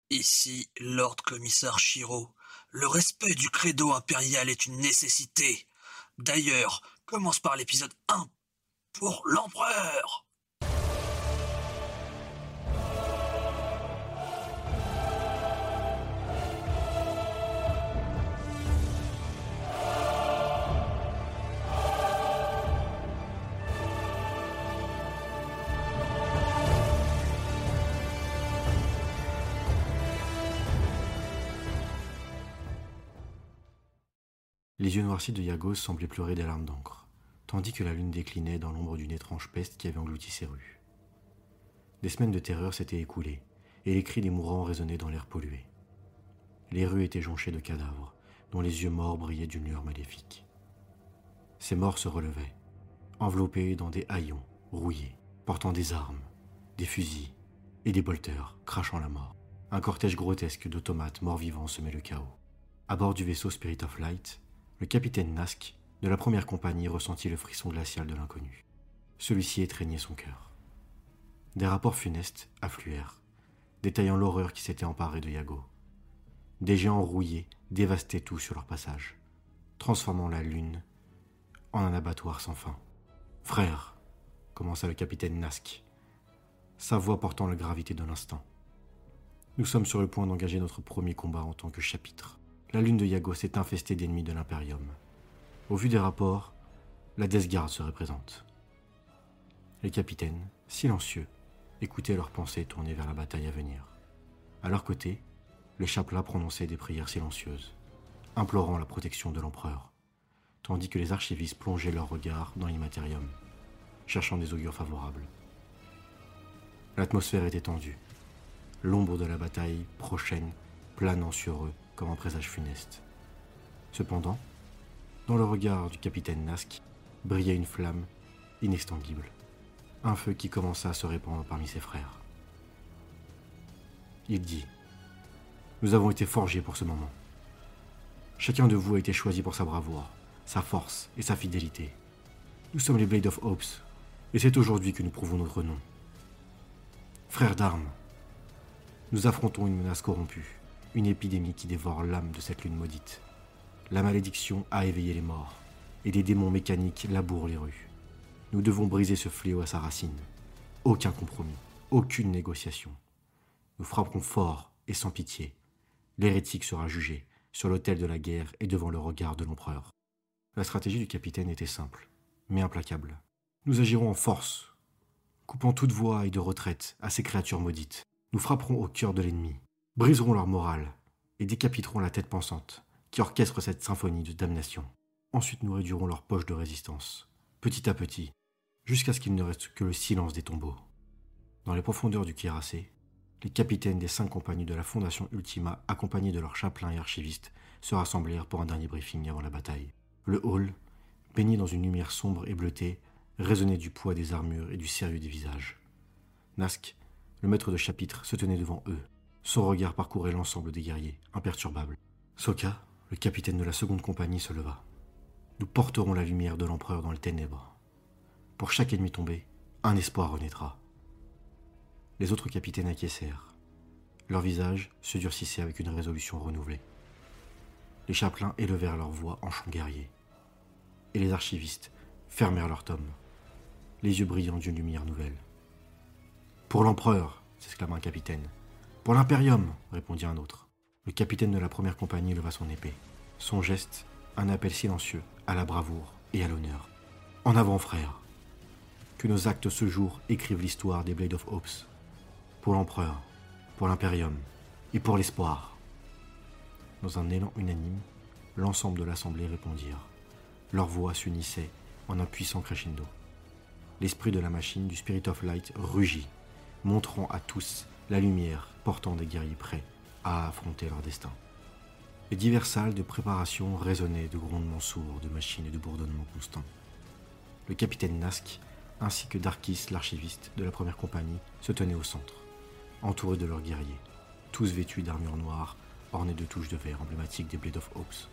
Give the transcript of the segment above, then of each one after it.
Ici, Lord Commissaire Shiro. Le respect du credo impérial est une nécessité. D'ailleurs, commence par l'épisode 1 pour l'empereur. Les yeux noircis de Yagos semblaient pleurer des larmes d'encre, tandis que la lune déclinait dans l'ombre d'une étrange peste qui avait englouti ces rues. Des semaines de terreur s'étaient écoulées, et les cris des mourants résonnaient dans l'air pollué. Les rues étaient jonchées de cadavres, dont les yeux morts brillaient d'une lueur maléfique. Ces morts se relevaient, enveloppés dans des haillons, rouillés, portant des armes, des fusils et des bolters, crachant la mort. Un cortège grotesque d'automates morts-vivants semait le chaos. À bord du vaisseau Spirit of Light, le capitaine Nask de la première compagnie ressentit le frisson glacial de l'inconnu. Celui-ci étreignait son cœur. Des rapports funestes affluèrent, détaillant l'horreur qui s'était emparée de Yago. Des géants rouillés dévastaient tout sur leur passage, transformant la lune en un abattoir sans fin. « Frère !» commença le capitaine Nask, sa voix portant la gravité de l'instant. « Nous sommes sur le point d'engager notre premier combat en tant que chapitre. La lune de Yago s'est infestée d'ennemis de l'Imperium. Au vu des rapports, la Death Guard serait présente. » Les capitaines, silencieux, écoutaient leurs pensées tournées vers la bataille à venir. À leur côté, les chapelains prononçaient des prières silencieuses, implorant la protection de l'empereur, tandis que les archivistes plongeaient leurs regards dans l'immatérium, cherchant des augures favorables. L'atmosphère était tendue, l'ombre de la bataille prochaine planant sur eux comme un présage funeste. Cependant, dans le regard du capitaine Nask brillait une flamme inextinguible, un feu qui commença à se répandre parmi ses frères. Il dit : « Nous avons été forgés pour ce moment. Chacun de vous a été choisi pour sa bravoure, sa force et sa fidélité. Nous sommes les Blade of Hopes, et c'est aujourd'hui que nous prouvons notre nom. Frères d'armes, nous affrontons une menace corrompue, une épidémie qui dévore l'âme de cette lune maudite. La malédiction a éveillé les morts, et des démons mécaniques labourent les rues. Nous devons briser ce fléau à sa racine. Aucun compromis, aucune négociation. Nous frapperons fort et sans pitié. L'hérétique sera jugé sur l'autel de la guerre et devant le regard de l'empereur. » La stratégie du capitaine était simple, mais implacable. Nous agirons en force, coupant toute voie et de retraite à ces créatures maudites. Nous frapperons au cœur de l'ennemi, briserons leur morale et décapiterons la tête pensante qui orchestre cette symphonie de damnation. Ensuite, nous réduirons leur poche de résistance, petit à petit, jusqu'à ce qu'il ne reste que le silence des tombeaux. Dans les profondeurs du cuirassé, les capitaines des 5 compagnies de la Fondation Ultima, accompagnés de leurs chapelains et archivistes, se rassemblèrent pour un dernier briefing avant la bataille. Le hall, baigné dans une lumière sombre et bleutée, résonnait du poids des armures et du sérieux des visages. Nask, le maître de chapitre, se tenait devant eux. Son regard parcourait l'ensemble des guerriers, imperturbable. Sokka, le capitaine de la seconde compagnie, se leva. « Nous porterons la lumière de l'empereur dans les ténèbres. Pour chaque ennemi tombé, un espoir renaîtra. » Les autres capitaines acquiescèrent. Leurs visages se durcissaient avec une résolution renouvelée. Les chapelains élevèrent leur voix en chant guerrier. Et les archivistes fermèrent leurs tomes, les yeux brillants d'une lumière nouvelle. « Pour l'empereur !» s'exclama un capitaine. « Pour l'Imperium !» répondit un autre. Le capitaine de la première compagnie leva son épée. Son geste, un appel silencieux à la bravoure et à l'honneur. « En avant, frères ! Que nos actes ce jour écrivent l'histoire des Blade of Hopes. Pour l'empereur, pour l'Imperium et pour l'espoir !» Dans un élan unanime, l'ensemble de l'assemblée répondirent. Leurs voix s'unissaient en un puissant crescendo. L'esprit de la machine du Spirit of Light rugit, montrant à tous la lumière portant des guerriers prêts à affronter leur destin. Les diverses salles de préparation résonnaient de grondements sourds, de machines et de bourdonnements constants. Le capitaine Nask, ainsi que Darkis, l'archiviste de la première compagnie, se tenaient au centre, entourés de leurs guerriers, tous vêtus d'armures noires, ornées de touches de verre emblématiques des Blade of Hopes.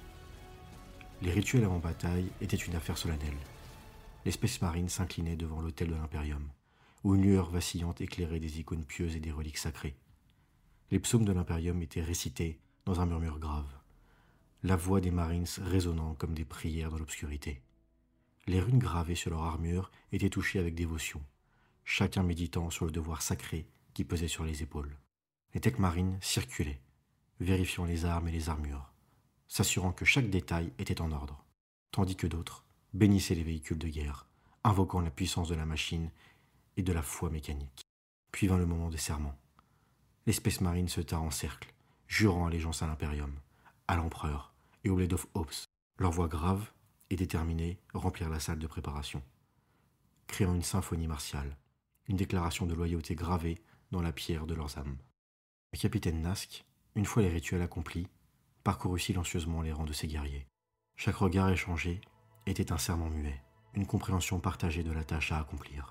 Les rituels avant bataille étaient une affaire solennelle. Les Space Marines s'inclinaient devant l'autel de l'Imperium, où une lueur vacillante éclairait des icônes pieuses et des reliques sacrées. Les psaumes de l'Imperium étaient récités dans un murmure grave, la voix des Marines résonnant comme des prières dans l'obscurité. Les runes gravées sur leur armure étaient touchées avec dévotion, chacun méditant sur le devoir sacré qui pesait sur les épaules. Les techs marines circulaient, vérifiant les armes et les armures, s'assurant que chaque détail était en ordre, tandis que d'autres bénissaient les véhicules de guerre, invoquant la puissance de la machine et de la foi mécanique. Puis vint le moment des serments. Les Space Marines se tinrent en cercle, jurant allégeance à l'Imperium, à l'Empereur et au Blade of Hopes. Leurs voix graves et déterminées remplirent la salle de préparation, créant une symphonie martiale, une déclaration de loyauté gravée dans la pierre de leurs âmes. Le capitaine Nask, une fois les rituels accomplis, parcourut silencieusement les rangs de ses guerriers. Chaque regard échangé était un serment muet, une compréhension partagée de la tâche à accomplir.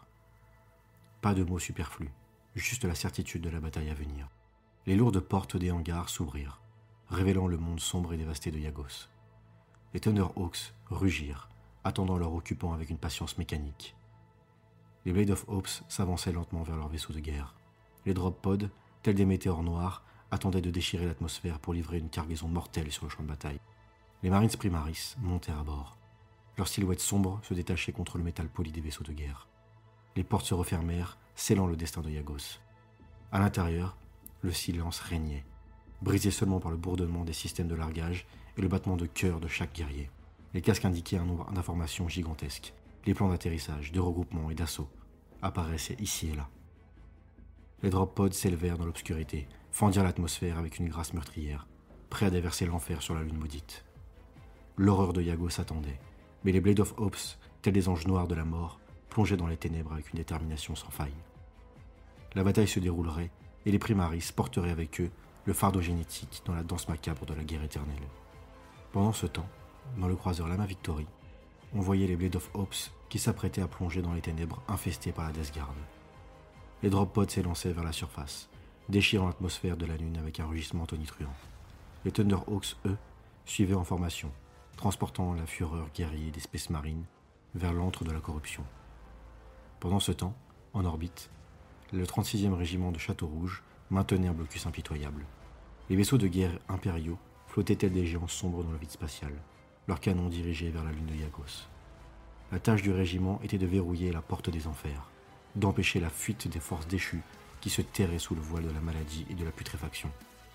Pas de mots superflus, juste la certitude de la bataille à venir. Les lourdes portes des hangars s'ouvrirent, révélant le monde sombre et dévasté de Yagos. Les Thunderhawks rugirent, attendant leur occupant avec une patience mécanique. Les Blade of Hopes s'avançaient lentement vers leur vaisseau de guerre. Les drop pods, tels des météores noirs, attendaient de déchirer l'atmosphère pour livrer une cargaison mortelle sur le champ de bataille. Les Marines Primaris montèrent à bord. Leurs silhouettes sombres se détachaient contre le métal poli des vaisseaux de guerre. Les portes se refermèrent, scellant le destin de Yagos. À l'intérieur, le silence régnait, brisé seulement par le bourdonnement des systèmes de largage et le battement de cœur de chaque guerrier. Les casques indiquaient un nombre d'informations gigantesques. Les plans d'atterrissage, de regroupement et d'assaut apparaissaient ici et là. Les drop pods s'élevèrent dans l'obscurité, fendirent l'atmosphère avec une grâce meurtrière, prêts à déverser l'enfer sur la lune maudite. L'horreur de Yagos attendait, mais les Blade of Hopes, tels des anges noirs de la mort, plongeaient dans les ténèbres avec une détermination sans faille. La bataille se déroulerait, et les Primaris porteraient avec eux le fardeau génétique dans la danse macabre de la guerre éternelle. Pendant ce temps, dans le croiseur Lama Victory, on voyait les Blade of Hopes qui s'apprêtaient à plonger dans les ténèbres infestées par la Death Guard. Les drop pods s'élançaient vers la surface, déchirant l'atmosphère de la lune avec un rugissement tonitruant. Les Thunderhawks, eux, suivaient en formation, transportant la fureur guerrier des Space Marines vers l'antre de la corruption. Pendant ce temps, en orbite, le 36e régiment de Château Rouge maintenait un blocus impitoyable. Les vaisseaux de guerre impériaux flottaient tels des géants sombres dans le vide spatial, leurs canons dirigés vers la lune de Yagos. La tâche du régiment était de verrouiller la porte des enfers, d'empêcher la fuite des forces déchues qui se terraient sous le voile de la maladie et de la putréfaction.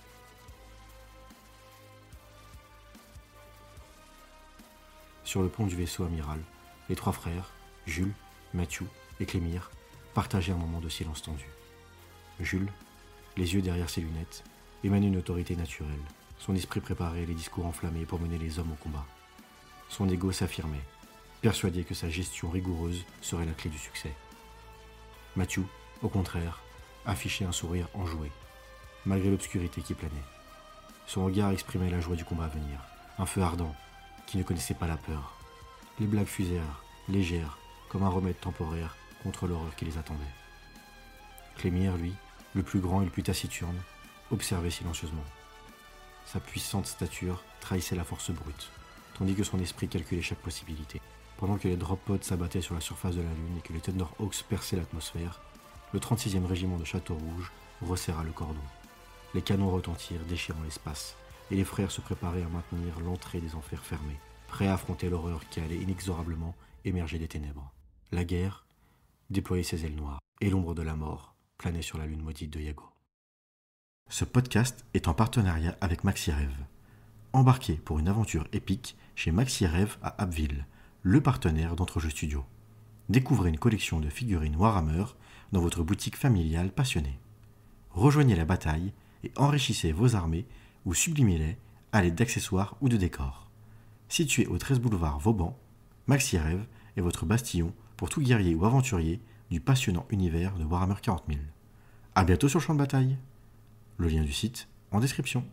Sur le pont du vaisseau amiral, les trois frères, Jules, Matthew et Clémire, partageaient un moment de silence tendu. Jules, les yeux derrière ses lunettes, émanait une autorité naturelle. Son esprit préparait les discours enflammés pour mener les hommes au combat. Son ego s'affirmait, persuadé que sa gestion rigoureuse serait la clé du succès. Matthew, au contraire, affichait un sourire enjoué, malgré l'obscurité qui planait. Son regard exprimait la joie du combat à venir, un feu ardent qui ne connaissait pas la peur. Les blagues fusèrent, légères, comme un remède temporaire contre l'horreur qui les attendait. Clémire, lui, le plus grand et le plus taciturne, observait silencieusement. Sa puissante stature trahissait la force brute, tandis que son esprit calculait chaque possibilité. Pendant que les drop pods s'abattaient sur la surface de la Lune et que les Thunderhawks perçaient l'atmosphère, le 36e régiment de Château Rouge resserra le cordon. Les canons retentirent, déchirant l'espace, et les frères se préparaient à maintenir l'entrée des enfers fermés, prêts à affronter l'horreur qui allait inexorablement émerger des ténèbres. La guerre déployait ses ailes noires, et l'ombre de la mort planait sur la lune maudite de Yago. Ce podcast est en partenariat avec MaxiRêve. Embarquez pour une aventure épique chez MaxiRêve à Abbeville, le partenaire d'Entrejeux Studio. Découvrez une collection de figurines Warhammer dans votre boutique familiale passionnée. Rejoignez la bataille et enrichissez vos armées ou sublimez-les à l'aide d'accessoires ou de décors. Situé au 13 boulevard Vauban, MaxiRêve est votre bastillon pour tout guerrier ou aventurier du passionnant univers de Warhammer 40 000. A bientôt sur le champ de bataille. Le lien du site en description.